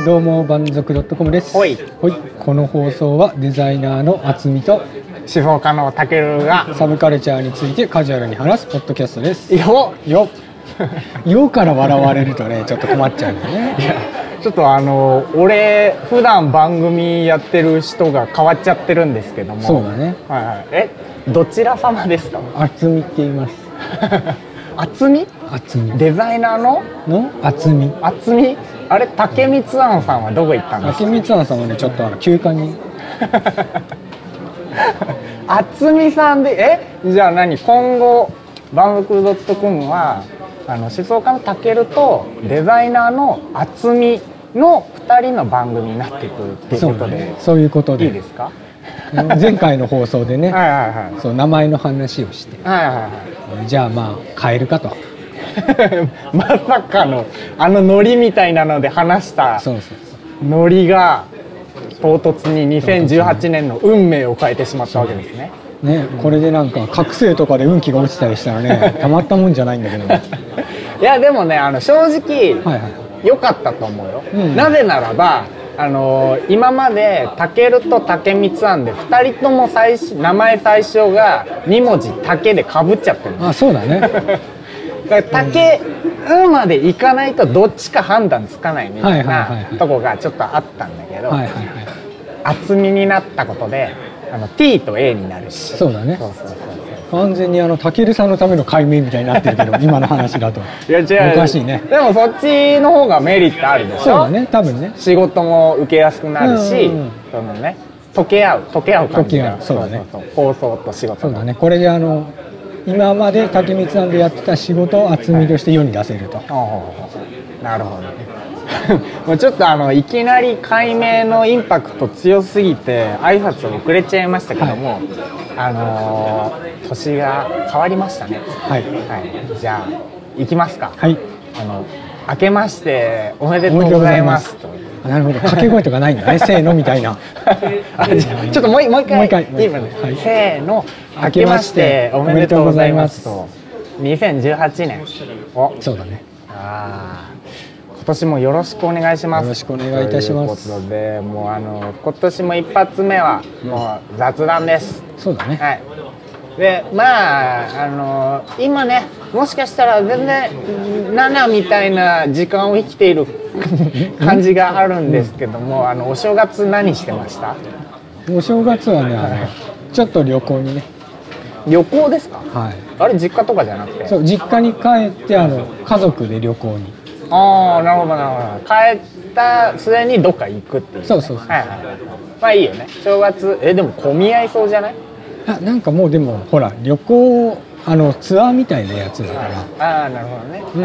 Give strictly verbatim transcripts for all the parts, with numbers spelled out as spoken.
どうも満足 .com です。 ほいほい。この放送はデザイナーのあつみと思想家のたけるがサブカルチャーについてカジュアルに話すポッドキャストです。 よよよから笑われるとねちょっと困っちゃうんだね。 いやちょっとあの俺普段番組やってる人が変わっちゃってるんですけども。 そうだね。 はいはい。えどちら様ですか？ あつみって言います。 あつみ？ あつみ。 デザイナーの？ のあつみ。 あつみ？あれ竹光庵さんはどこ行ったんですか？ 竹光庵さんはねちょっとあの休暇に。 あつみさんでえじゃあ何今後満足 .com はあの思想家のたけるとデザイナーのあつみのふたりの番組になっていくっていうことで、 そうね、そういうことでいいですか？ 前回の放送でねはいはいはい、 そう名前の話をして、 はいはいはい、 じゃあまあ変えるかとまさかのあのノリみたいなので話したノリが唐突ににせんじゅうはちねんの運命を変えてしまったわけですね。 ね、これでなんか覚醒とかで運気が落ちたりしたらねたまったもんじゃないんだけどいやでもねあの正直良、 はいはい、 かったと思うよ、うん、なぜならばあのー、今までたけると竹光庵でふたりとも最初名前最初がにもじ竹でかぶっちゃってる。 あ、そうだね。だから竹うまでいかないとどっちか判断つかないみたいなとこがちょっとあったんだけど、厚みになったことであの T と A になるし。 そうだね。 そうそうそう完全にあのたけるさんのための解明みたいになってるけど今の話だといや違うおかしいね。 でもそっちの方がメリットあるでしょ。 そうだね、多分ね。 仕事も受けやすくなるし、うんうんうん、そのね溶け合う溶け合う感じが。 そうだね。 そうそうそう放送と仕事。 そうだね。これであの今まで竹光さんでやってた仕事を厚みとして世に出せると。 はい、なるほどね。もうちょっとあのいきなり解明のインパクト強すぎて挨拶遅れちゃいましたけども、はい、あのー、年が変わりましたね。 はい、 はい、じゃあ行きますか。 はい、 あの明けましておめでとうございますと。 なるほど、掛け声とかないんだね。せーのみたいな。 あ、じゃちょっともう一回、もう一回、いい、はい、せーの、明けましておめでとうございますと。にせんじゅうはちねん。お、 そうだね。 ああ、今年もよろしくお願いします。 よろしくお願いいたします。 ということで、もうあの今年も一発目はもう雑談です。 うん、そうだね。 はい。で、まああの今ね、もしかしたら全然ななみたいな時間を生きている感じがあるんですけども、あのお正月何してました？ お正月はね、あのちょっと旅行にね。 旅行ですか？ はい。 あれ実家とかじゃなくて？ そう、実家に帰ってあの家族で旅行に。 ああ、なるほどなるほど。帰った末にどっか行くっていう、ね。 そうそうそう。はいはい。 まあいいよね。正月えでも混み合いそうじゃない？ あ、なんかもうでもほら旅行あのツアーみたいなやつだから。 ああ、なるほどね。うん、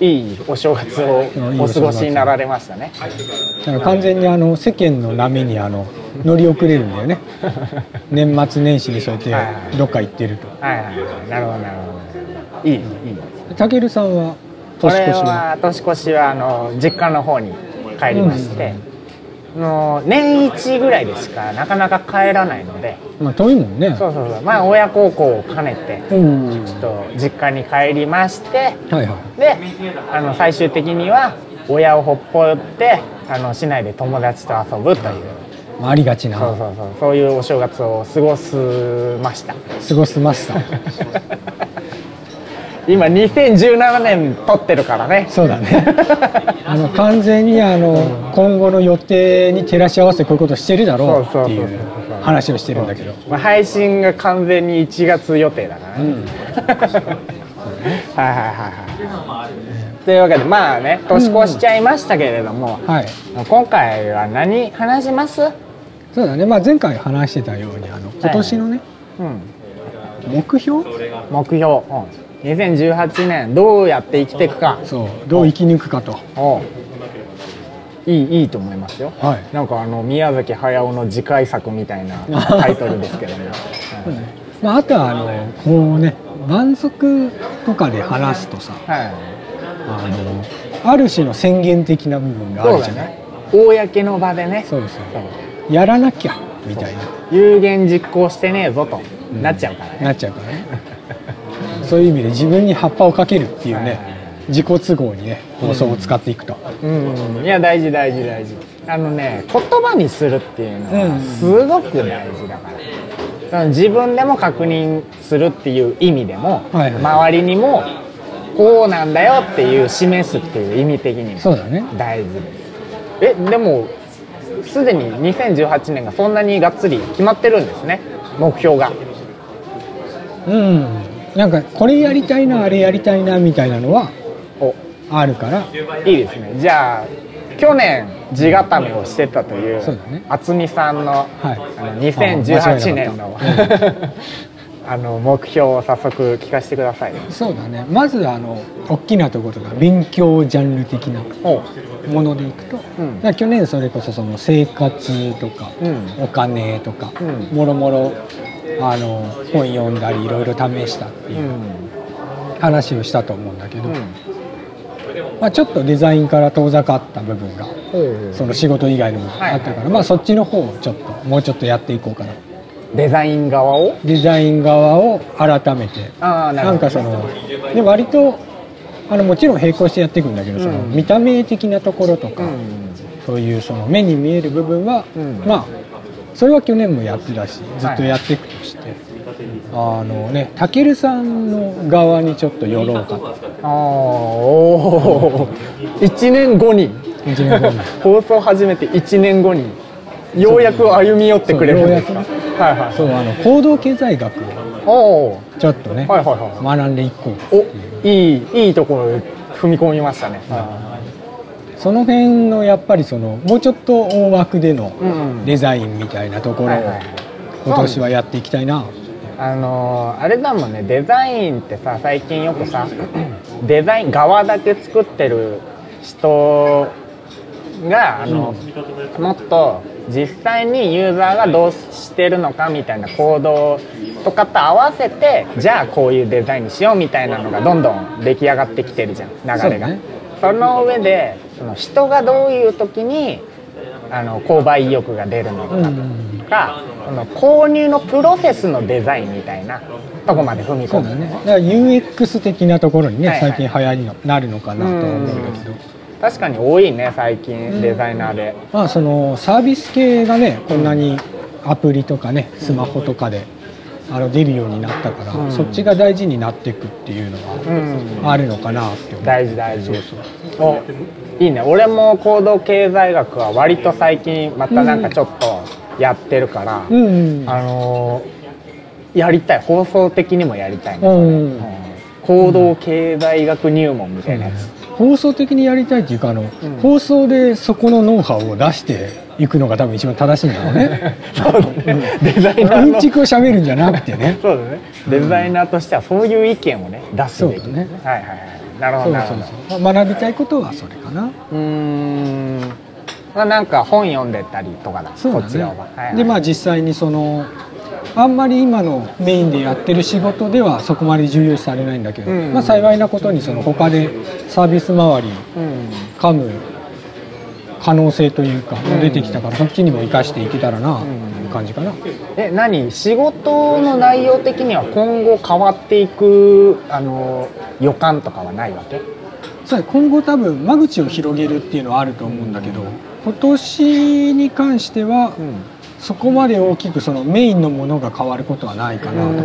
いいお正月をお過ごしになられましたね。 だから完全にあの世間の波にあの乗り遅れるんだよね。年末年始にそうやってどっか行ってると。 はいはいはい。なるほどなるほど。いいいい。 たけるさんは年越しは？ 年越しはあの実家の方に帰りまして。うん、の年一ぐらいでしかなかなか帰らないので、 まあ遠いもんね。 そうそうそう、まあ親孝行を兼ねてちょっと実家に帰りまして、はいはい、であの最終的には親をほっぽってあの市内で友達と遊ぶという、 まあ、ありがちなそうそうそうそういうお正月を過ごすました過ごすました今にせんじゅうななねん撮ってるからね。 そうだねあの完全にあの、うん、今後の予定に照らし合わせてこういうことしてるだろうっていう話をしてるんだけど、 まあ、配信が完全にいちがつ予定だからね、うん、はいはいはいはいというわけでまあね年越しちゃいましたけれども、うんはい、今回は何話します？ そうだね、まあ、前回話してたようにあの今年のね、はいうん、目標目標、うんにせんじゅうはちねんどうやって生きていくか、 そうどう生き抜くかと。 いいいいと思いますよ、はい、なんかあの宮崎駿の次回作みたいなタイトルですけども、 うんまあ、あとはあのこうね満足とかで話すとさ、はい、あのある種の宣言的な部分があるじゃない、ね、 公の場でねそうそうそうやらなきゃみたいな有言実行してねえぞと、うん、なっちゃうからねなっちゃうからねそういう意味で自分に葉っぱをかけるっていうね、 自己都合にね放送を使っていくと、 うん、うん、いや大事大事大事。あのね言葉にするっていうのはすごく大事だから、うん、その自分でも確認するっていう意味でも、はいはい、周りにもこうなんだよっていう示すっていう意味的にも大事です。えでもすでににせんじゅうはちねんがそんなにがっつり決まってるんですね、目標が。 うん、なんかこれやりたいなあれやりたいなみたいなのはあるからいいですね。じゃあ去年地固めをしてたという渥美さんの、はい、あのにせんじゅうはちねんのあの目標を早速聞かせてください。 そうだね、まずあの大きなところが勉強ジャンル的なものでいくと、うん、だ去年それこそその生活とか、うん、お金とか、うん、もろもろあの本読んだりいろいろ試したっていう話をしたと思うんだけど、うん、まあ、ちょっとデザインから遠ざかった部分が、うん、その仕事以外の部分があったから、はいはい、まあそっちの方をちょっともうちょっとやっていこうかな。 デザイン側をデザイン側を改めて、あ、なるほど、なんかそので割とあのもちろん並行してやっていくんだけど、うん、その見た目的なところとか、うん、そういうその目に見える部分は、うん、まあそれは去年もやってたしずっとやっていくとして、はい、あのねたけるさんの側にちょっと寄ろうかと。あおいちねんごにいちねんごに放送始めていちねんごにようやく歩み寄ってくれるんですか。 はいはい、そうあの行動経済学をちょっとね、はいはいはい、学んでいこうっていう。 おいいいいところ踏み込みましたね。はい、 その辺のやっぱりそのもうちょっと大枠でのデザインみたいなところを今年はやっていきたいな。 あのー、あれだもんね、デザインってさ最近よくさデザイン側だけ作ってる人があの、うん、もっと実際にユーザーがどうしてるのかみたいな行動とかと合わせてじゃあこういうデザインにしようみたいなのがどんどん出来上がってきてるじゃん、流れが。 そ,、ね、その上でその人がどういう時にあの購買意欲が出るのかとか、うん、その購入のプロセスのデザインみたいなとこまで踏み込む。 そうだね、だから ユーエックス 的なところにね、はいはい、最近流行りになるのかなと思うんだけど、 確かに多いね最近デザイナーで、 うん、まあそのサービス系がねこんなにアプリとかねスマホとかであの出るようになったから、うん、そっちが大事になっていくっていうのはあるのかなって思う。 大事大事。そうそう、おいいね。俺も行動経済学は割と最近またなんかちょっとやってるから、うんうんうん、あのー、やりたい、放送的にもやりたいね、うんうん、行動経済学入門みたいなやつ、 うん、放送的にやりたいっていうかあの、うん、放送でそこのノウハウを出していくのが多分一番正しいんだろうね。 そうだね、うん、デザイナーのうんちくを喋るんじゃなくてね。 そうだね、デザイナーとしてはそういう意見をね出すべき。そうだね、はいはいはい、なるほどなるほど。 そうそう、学びたいことはそれかな。うーん、まあ、なんか本読んでたりとかだ。 そうだね、こっちは、はいはい、でまあ実際にそのあんまり今のメインでやってる仕事ではそこまで重要視されないんだけど、うんうん、まあ、幸いなことにその他でサービス周り噛む可能性というか出てきたから、そっちにも生かしていけたらなっていう感じかな。 え、何仕事の内容的には今後変わっていくあの予感とかはないわけ？ そう、今後多分間口を広げるっていうのはあると思うんだけど、うん、今年に関しては、うん、そこまで大きくそのメインのものが変わることはないかなと。うん、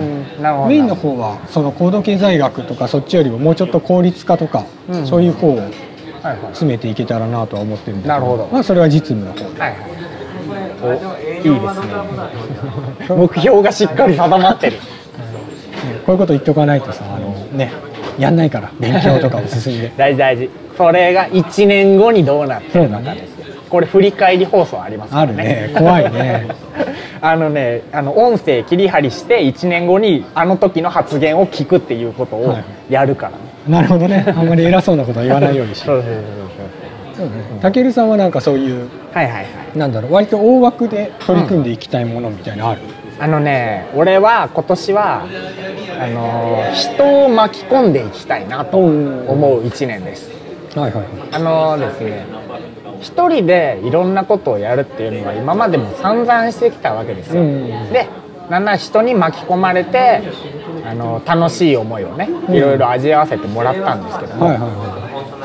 なるほど。メインの方はその行動経済学とかそっちよりももうちょっと効率化とか、うん、そういう方を詰めていけたらなとは思ってるんだけど、なるほど、まあそれは実務の方で、はいはい、 お、いいですね。目標がしっかり定まってる。 こういうこと言っとかないとさ、あのね、やんないから勉強とかも進んで。 大事大事。それがいちねんごにどうなってるのかですよ。これ振り返り放送ありますからね。 あるね、怖いね。 あのね、あの音声切り張りしていちねんごにあの時の発言を聞くっていうことをやるからね。はい、なるほどね。あんまり偉そうなことは言わないようにしよう。そうそうそうそう。たけるさんはなんかそういう、はいはいはい、なんだろう、割と大枠で取り組んでいきたいものみたいなのある？ うん、あのね、俺は今年はあの人を巻き込んでいきたいなと思ういちねんです。はいはい。あのですね、一人でいろんなことをやるっていうのは今までも散々してきたわけですよ。うん、で、なんなら人に巻き込まれてあの楽しい思いをね、いろいろ味わわせてもらったんですけども、はいはいはい、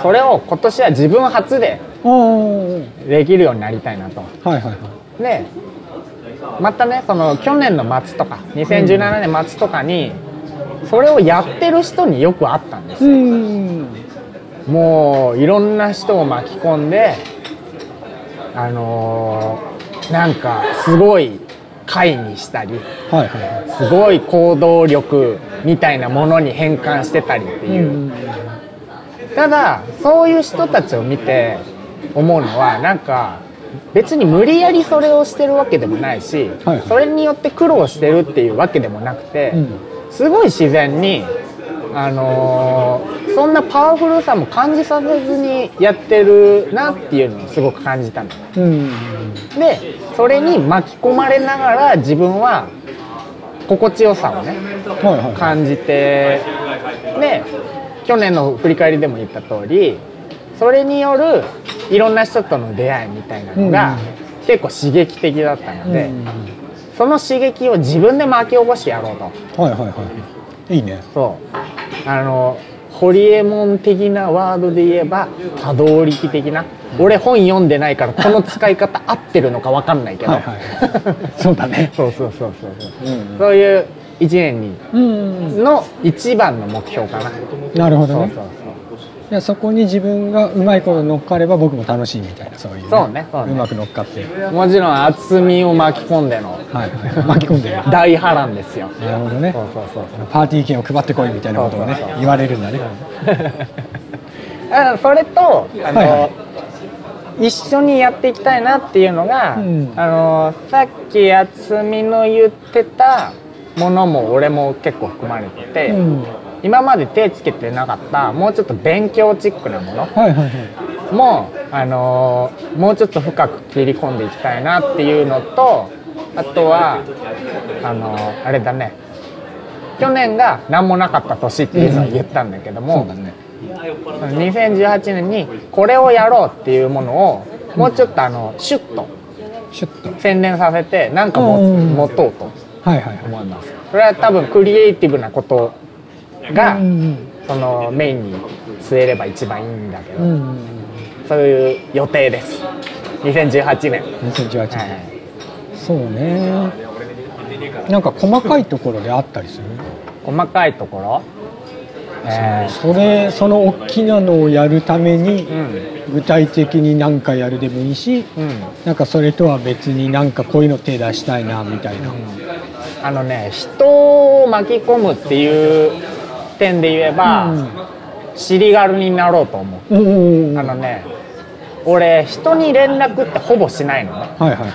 それを今年は自分初でできるようになりたいなと。はいはいはい、でまたねその去年の末とかにせんじゅうななねん末とかにそれをやってる人によく会ったんですよ。うんもういろんな人を巻き込んであのー、なんかすごい会にしたり、はいはいはい、すごい行動力みたいなものに変換してたりっていう、うん、ただそういう人たちを見て思うのはなんか別に無理やりそれをしてるわけでもないし、はいはい、それによって苦労してるっていうわけでもなくて、うん、すごい自然にあのー、そんなパワフルさも感じさせずにやってるなっていうのをすごく感じたの、うん、でそれに巻き込まれながら自分は心地よさをね、はいはい、感じてで去年の振り返りでも言った通りそれによるいろんな人との出会いみたいなのが結構刺激的だったので、うん、その刺激を自分で巻き起こしてやろうと。はいはいはい、いいね。そうあのホリエモン的なワードで言えば多動力的な、うん、俺本読んでないからこの使い方合ってるのか分かんないけどはい、はい、そうだねそうそうそうそうそう、うんうん、そういういちねんにの一番の目標かな。なるほどね。そうそうそういやそこに自分がうまいこと乗っかれば僕も楽しいみたいなそういう、ね、そうね、そうねうまく乗っかってもちろん厚みを巻き込んでの、はいはい、巻き込んで大波乱ですよ。なるほどね。そうそうそうそうパーティー券を配ってこいみたいなことをねそうそうそう言われるんだねそれとあの、はいはい、一緒にやっていきたいなっていうのが、うん、あのさっき厚みの言ってたものも俺も結構含まれてて、うん今まで手つけてなかったもうちょっと勉強チックなものも、はいはいはいあのー、もうちょっと深く切り込んでいきたいなっていうのとあとはあのー、あれだね去年が何もなかった年っていうのを言ったんだけども、うんそうだね、にせんじゅうはちねんにこれをやろうっていうものをもうちょっとあのシュッとシュッと洗練させてなんかも持とうと思います。それは多分クリエイティブなことが、うん、そのメインに据えれば一番いいんだけど、うん、そういう予定ですにせんじゅうはちねんにせんじゅうはちねん、はい、そうねなんか細かいところであったりする細かいところ、えー、それその大きなのをやるために、うん、具体的に何かやるでもいいし、うん、なんかそれとは別になんかこういうの手出したいなみたいな、うん、あのね人を巻き込むっていう点で言えば、うん、尻軽になろうと思う、うんうんうん、あのね俺人に連絡ってほぼしないのね、はいはい、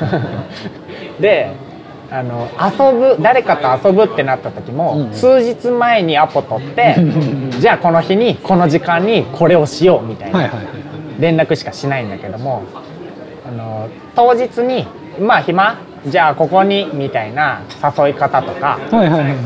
であの遊ぶ誰かと遊ぶってなった時も、うんうん、数日前にアポ取ってじゃあこの日にこの時間にこれをしようみたいな連絡しかしないんだけどもあの当日にまあ暇じゃあここにみたいな誘い方とか、はいはいはいはい、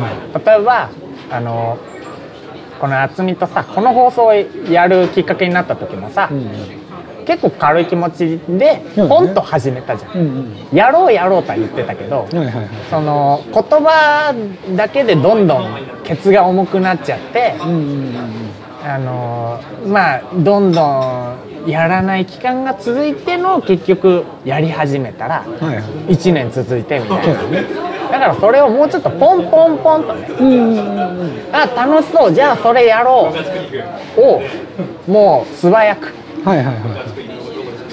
例えばあのこの厚みとさこの放送をやるきっかけになった時もさ、うん、結構軽い気持ちでポンと始めたじゃん、うんうん、やろうやろうとは言ってたけど、はいはいはい、その言葉だけでどんどんケツが重くなっちゃって、うんうんうん、あのまあどんどんやらない期間が続いての結局やり始めたらいちねん続いてみたいな、はいはい、だからそれをもうちょっとポンポンポンとね、うんうんうん、あ楽しそうじゃあそれやろうをもう素早く、はいはいはい、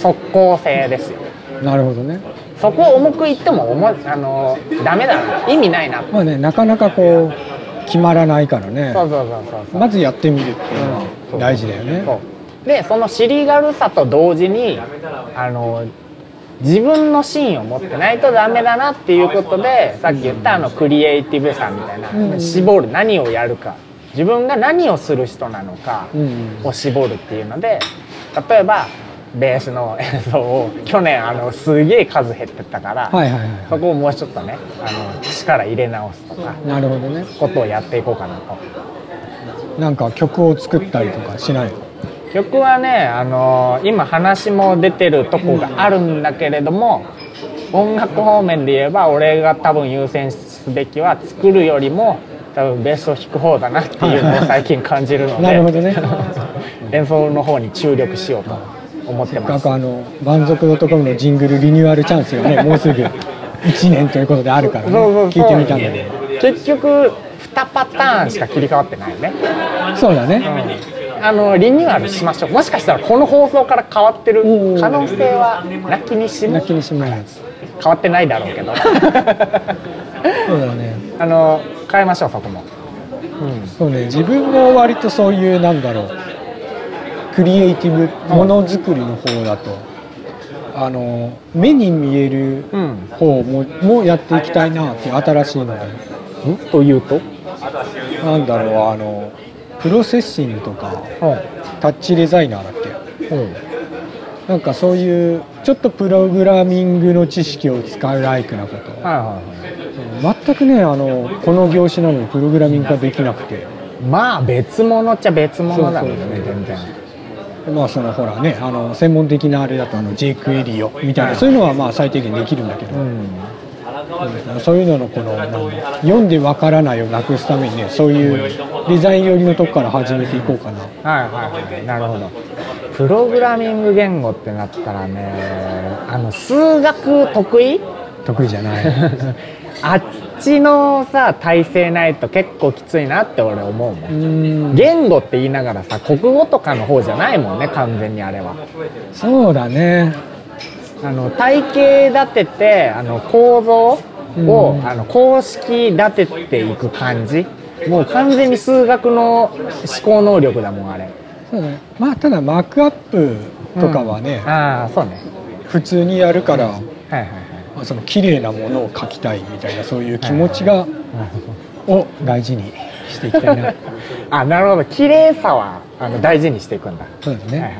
即効性ですよ。なるほどね。そこを重く言っても重あのダメだな意味ないな、まあね、なかなかこう決まらないからね。そうそうそうそうそうまずやってみるっていうのは大事だよね。そうでその尻軽さと同時にあの自分の芯を持ってないとダメだなっていうことでさっき言ったあのクリエイティブさみたいな、うん、絞る何をやるか自分が何をする人なのかを絞るっていうので例えばベースの演奏を去年あのすげえ数減ってたから、はいはいはいはい、そこをもうちょっとねあの力入れ直すとかなるほどねことをやっていこうかなと。なんか曲を作ったりとかしないの？曲はね、あのー、今話も出てるとこがあるんだけれども、うん、音楽方面で言えば俺が多分優先すべきは作るよりも多分ベースを弾く方だなっていうのを最近感じるのでなるほどね演奏の方に注力しようと思ってます。 せっかくあの満足度 .com のジングルリニューアルチャンスがねもうすぐいちねんということであるからね、そうそうそう、聞いてみたんだけど結局にパターンしか切り替わってないよね。 そうだね、 うん、あのリニューアルしましょう。もしかしたらこの放送から変わってる可能性はなきにしもなきにしもあらず。 変わってないだろうけどそうだね、 あの変えましょうそこも、 うん、そうね、自分も割とそういうなんだろうクリエイティブものづくりの方だと、あの目に見える方も、うん、もやっていきたいなっていう新しいので、 うん、というとなんだろう、あのプロセッシングとか、うん、タッチデザイナーだっけ、うん、なんかそういうちょっとプログラミングの知識を使うライクなこと、はいはいはい、全くねあのこの業種なのにプログラミングができなくて、 まあ別物っちゃ別物だもんね。全然まあそのほらね、あの専門的なあれだとあの J クエリオみたいな、そういうのはまあ最低限できるんだけど、うん、そういうののこのなん読んでわからないをなくすためにね、そういうデザイン寄りのとこから始めていこうかな。 はいはいはい、なるほど。プログラミング言語ってなったらね、あの数学得意？ 得意じゃないあっちのさ体制ないと結構きついなって俺思うもん。うん、言語って言いながらさ国語とかの方じゃないもんね、完全にあれは。 そうだね、 あの体系立ててあの構造を、うん、あの公式立てていく感じ、もう完全に数学の思考能力だもんあれ。 そうね、まあただマークアップとかはね、 うん、ああそうね、 普通にやるから、うん、はいはいはい、 まあ、その綺麗なものを描きたいみたいなそういう気持ちが、はいはいはい、を大事にしていきたいなあ、なるほど、綺麗さはあの大事にしていくんだ。 そうですね、はいはい、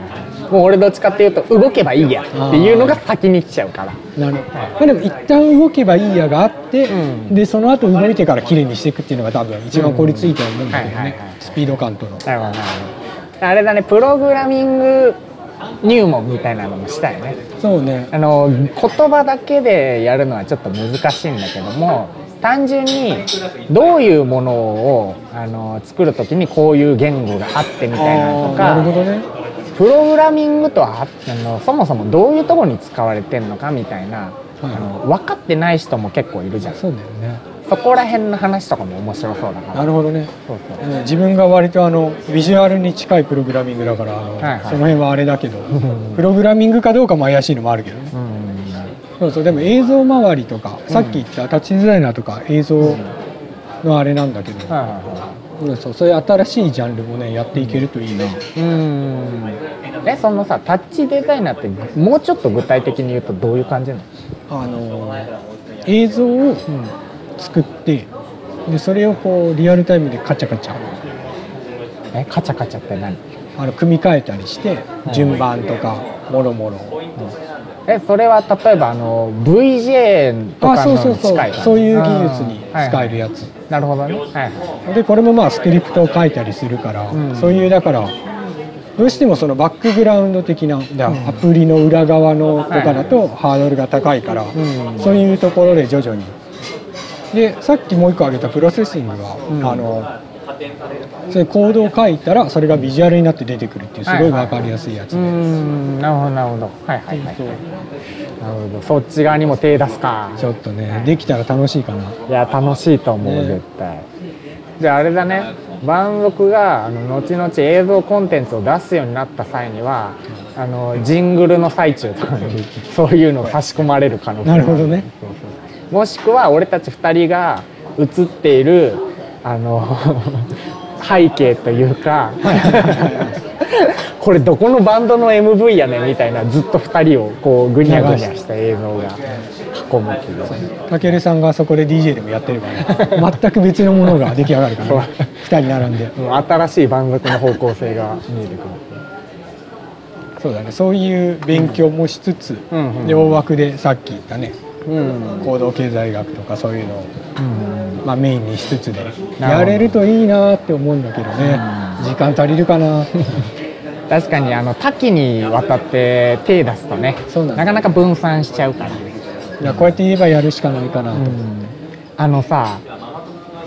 もう俺どっちかっていうと動けばいいやっていうのが先に来ちゃうから。 なるほど、はい、まあ、でも一旦動けばいいやがあって、うん、でその後動いてから綺麗にしていくっていうのが多分一番効率いいと思うんだけどね、スピード感との。なるほどなるほど。 あれだね、プログラミング入門みたいなのもしたいね。 そうね、 あの言葉だけでやるのはちょっと難しいんだけども、単純にどういうものをあの作るときにこういう言語があってみたいなのとか、 なるほどね、 プログラミングとはあのそもそもどういうところに使われてるのかみたいな、はい、あの分かってない人も結構いるじゃん。 そうだよね、 そこら辺の話とかも面白そうだから。 なるほどね。そうそう、ね、自分が割とあのビジュアルに近いプログラミングだからあの、はいはい、その辺はあれだけどプログラミングかどうかも怪しいのもあるけどね、うん、そうそう、でも映像周りとか、うん、さっき言ったタッチデザイナーとか映像のあれなんだけど、うん、はいはいはい、そう、そういう新しいジャンルもねやっていけるといいな。うん、 え、そのさタッチデザイナーってもうちょっと具体的に言うとどういう感じなの？ あの映像を作って、でそれをこうリアルタイムでカチャカチャ、 えカチャカチャって何？ あの組み替えたりして順番とかもろもろ、 えそれは例えばあの ブイジェー とかのに近い感じ？ そうそうそう、そういう技術に使えるやつ、はいはい、 なるほどね、はいはい、 でこれもまあスクリプトを書いたりするから、うん、そういうだからどうしてもそのバックグラウンド的な、うん、アプリの裏側のとかだとハードルが高いから、うん、そういうところで徐々に。でさっきもう一個挙げたプロセッシングは、うん、あのそれコードを書いたらそれがビジュアルになって出てくるっていうすごい分かりやすいやつで、はいはい、うんなるほどなるほど、はいはいはい、そう、なるほど、そっち側にも手出すか。 ちょっとねできたら楽しいかな。 いや楽しいと思う、ね、絶対。じゃああれだね、万族があの後々映像コンテンツを出すようになった際には、あのジングルの最中とかにそういうのを差し込まれる可能性がある。 なるほどね。 もしくは俺たちふたりが映っているあの背景というかこれどこのバンドの エムブイ やねんみたいな、ずっとふたりをこうグニャグニャした映像が囲むっていう。 たけるさんがそこで ディージェー でもやってればね全く別のものが出来上がるから、ね、ふたり並んで新しい万族の方向性が見えてくる。 そうだね、そういう勉強もしつつ、うんうん、で大枠でさっき言ったね、うん、行動経済学とかそういうのを、うんまあ、メインにしつつでやれるといいなって思うんだけどね、うん、時間足りるかな確かにあの多岐にわたって手出すとね、なかなか分散しちゃうからね。 いやこうやって言えばやるしかないかなと、うん、 あのさ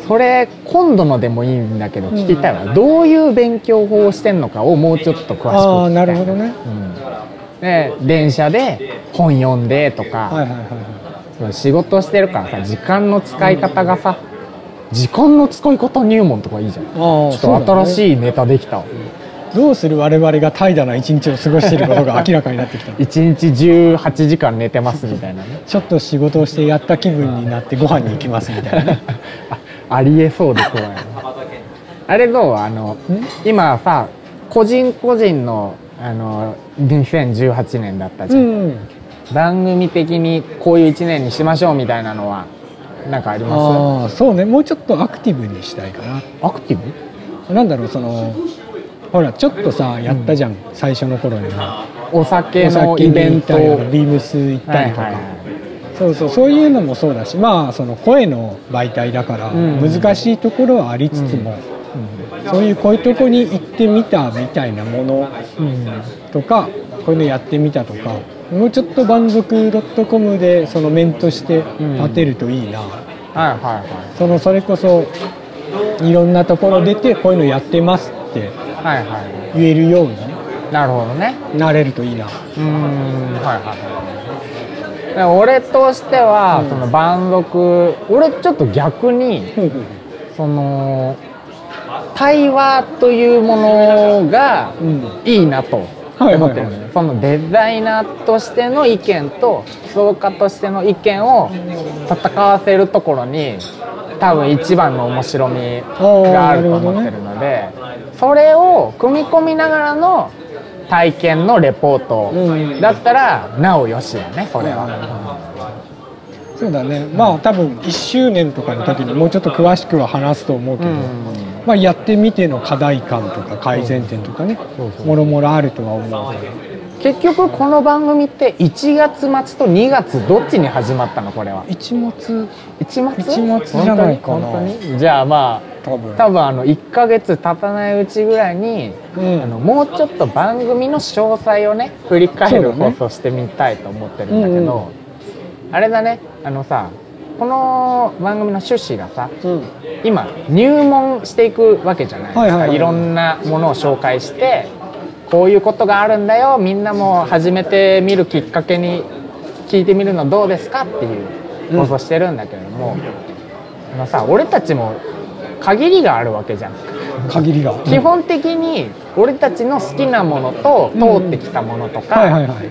それ今度のでもいいんだけど聞きたいわ、うん、どういう勉強法をしてんのかをもうちょっと詳しく聞きたい。 ああ、なるほどね、 うん、で電車で本読んでとか、はいはいはいはい、仕事してるからさ時間の使い方がさ、うん、時間の使い方入門とかいいじゃん。ちょっと新しいネタできたわ。 どうする我々が怠惰な一日を過ごしていることが明らかになってきた。 いちにちじゅうはちじかん寝てますみたいなね。 ちょっと仕事をしてやった気分になってご飯に行きますみたいなね。 あ, ありえそうで怖いな。あれどうあの今さ個人個人のあのにせんじゅうはちねんだったじゃん、うん、番組的にこういういちねんにしましょうみたいなのは何かあります？ ああ、そうね、もうちょっとアクティブにしたいかな。 アクティブ？なんだろう、そのほらちょっとさやったじゃん、うん、最初の頃にはお酒のイベント、 ビームス行ったりとか、はいはいはい、そうそう、そういうのもそうだし、まあその声の媒体だから難しいところはありつつも、うんうん、そういうこういうとこに行ってみたみたいなものとか、こういうのやってみたとか、もうちょっと満足 .com でその面として立てるといいな、うん、はいはいはい、そのそれこそいろんなところ出てこういうのやってますって言えるようになるほどね、 なれるといいな。うーん、はいはいはい。俺としては、うん、その万読、俺ちょっと逆に、うん、その対話というものがいいなと思ってるんだよ、ね、そのデザイナーとしての意見と思想家としての意見を戦わせるところに多分一番の面白みがあると思ってるので、それを組み込みながらの体験のレポートだったらなおよしだね、それは。 うん、そうだね、まあ多分いっしゅうねんとかの時にもうちょっと詳しくは話すと思うけど、うん、まあ、やってみての課題感とか改善点とかね、もろもろあるとは思うけど、 結局この番組っていちがつ末とにがつどっちに始まったの？これは一末一末一末じゃないかな。 本当に？じゃあまあ多分多分あのいっかげつ経たないうちぐらいに、うん、あのもうちょっと番組の詳細をね振り返る放送してみたいと思ってるんだけど、うんうん、あれだね、あのさ、この番組の趣旨がさ、うん、今入門していくわけじゃないですか、はいはいはい、いろんなものを紹介してこういうことがあるんだよ、みんなも始めてみるきっかけに聞いてみるのどうですかっていう放送してるんだけれども、うん、あのさ、俺たちも限りがあるわけじゃん。 限りが、 基本的に俺たちの好きなものと通ってきたものとか、うんはいはいはい、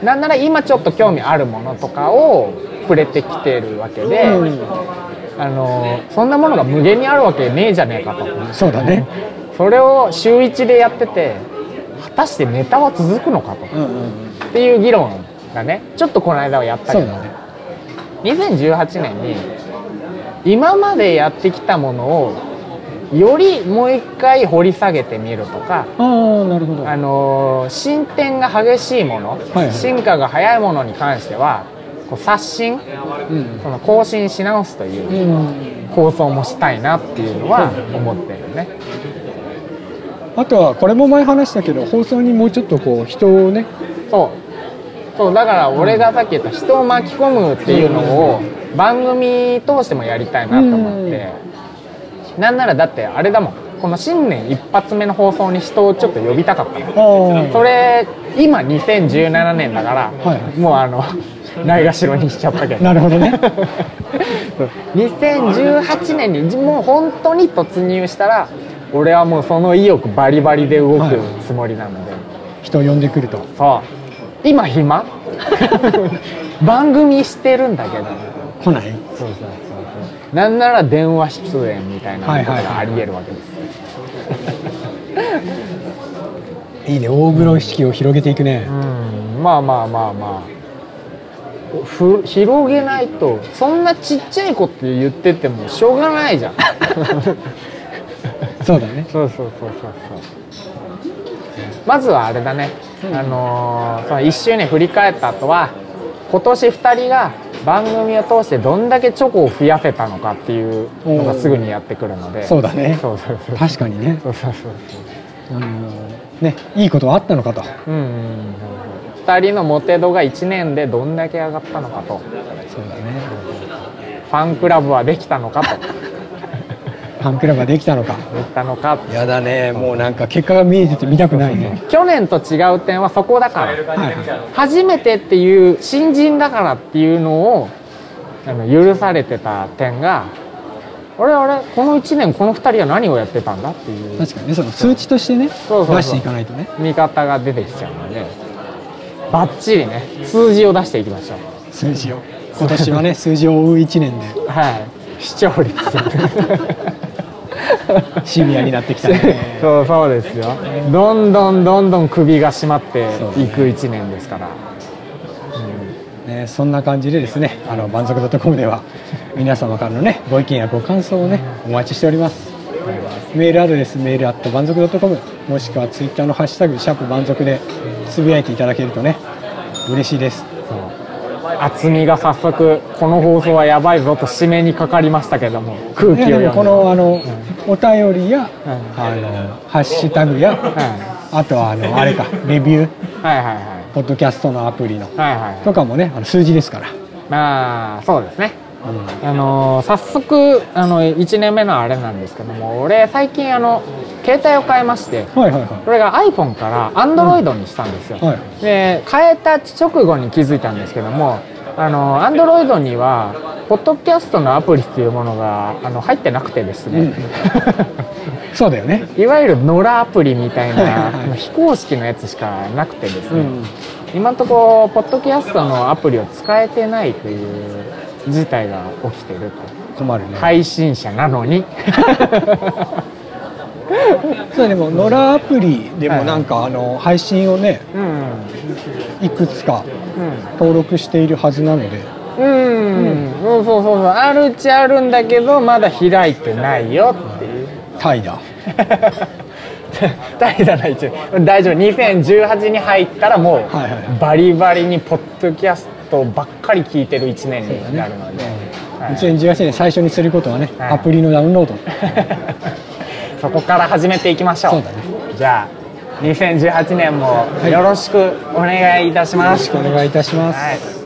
なんなら今ちょっと興味あるものとかを触れてきてるわけで、うん、あのそんなものが無限にあるわけねえじゃねえかと。 そうだね。 それを週いちでやってて果たしてネタは続くのかと、うんうん、っていう議論がねちょっとこの間はやったけど、ね、にせんじゅうはちねんに今までやってきたものをよりもう一回掘り下げてみるとか、 あ、なるほど、 あの進展が激しいもの、はいはい、進化が早いものに関してはこう刷新、うん、その更新し直すという放送もしたいなっていうのは思ってるね。 あとはこれも前話したけど放送にもうちょっとこう人をね、 そうそう、だから俺がさっき言った人を巻き込むっていうのを番組通してもやりたいなと思って、うん、なんならだってあれだもん、この新年一発目の放送に人をちょっと呼びたかったの。それ今にせんじゅうななねんだから、はい、もうあのないがしろにしちゃったけど。 なるほどね。 にせんじゅうはちねんにもう本当に突入したら俺はもうその意欲バリバリで動くつもりなので、はい、 人を呼んでくると。 そう今暇番組してるんだけど来ない。 そうそうそうそう、なんなら電話出演みたいなことがありえるわけです、 はいはい、いいね、大風呂敷を広げていくね。 うん、まあまあまあまあふ広げないと、そんなちっちゃい子って言っててもしょうがないじゃん。 そうだね。 そうそうそうそうそう。まずはあれだね、うん、あのー、そのいっしゅうねん振り返った後は今年ふたりが番組を通してどんだけチョコを増やせたのかっていうのがすぐにやってくるので。 そうだね。 そうそうそう、 確かにね。 そうそうそうそう、あのー、ね、いいことはあったのかと。 うんうんうん、ふたりのモテ度がいちねんでどんだけ上がったのかと。 そうだね。 ファンクラブはできたのかと。 ファンクラブができたのかできたのか。 やだね、もうなんか結果が見えてて見たくないね。 去年と違う点はそこだから、はいはい、初めてっていう新人だからっていうのをあの許されてた点が、あれあれこのいちねんこのふたりは何をやってたんだっていう、 確かにね、その数値としてねそうそうそう出していかないとね、 見方が出てきちゃうので、バッチリね数字を出していきましょう。 数字を今年はね数字を追ういちねんで、 はい、視聴率シビアになってきたね。 そうそうですよ。どんどんどんどん首が締まっていくいちねんですから、 うんね、そんな感じでですね、あの満足 .com では皆様からのねご意見やご感想をねお待ちしております。メールアドレスメールアット満足 .com もしくはツイッターのハッシュタグシャープ満足でつぶやいていただけるとね嬉しいです。 厚みが早速この放送はやばいぞと締めにかかりましたけども、空気を読んでこのあの、うん、お便りや、うん、あのハッシュタグや、うん、あとはあのあれかレビュー、はいはいはい、ポッドキャストのアプリの、はいはいはい、とかもねあの数字ですから。 まあそうですね、うん、あの早速あのいちねんめのあれなんですけども、俺最近あの携帯を変えまして、はいはいはい、これが iPhone から Android にしたんですよ、うんはい、で変えた直後に気づいたんですけども、あの Android にはポッドキャストのアプリっていうものがあの入ってなくてですね、うん、 そうだよね、 いわゆるノラアプリみたいな、はいはいはい、非公式のやつしかなくてですね、うん、今のところポッドキャストのアプリを使えてないという事態が起きてると。 困るね、 配信者なのにそうでもノラアプリでもなんか、はい、あの配信をね、うん、いくつか登録しているはずなので、 うん、うん、そうそうそう、あるっちゃあるんだけどまだ開いてないよっていう。 タイだタイじゃない、大丈夫。にせんじゅうはちに入ったらもうバリバリにポッドキャストばっかり聞いてるいちねんになるので、はい、 にせんじゅうはちねん最初にすることはね、はい、アプリのダウンロードそこから始めていきましょう。そうだね。じゃあにせんじゅうはちねんもよろしくお願いいたします。 よろしくお願いいたします。はい。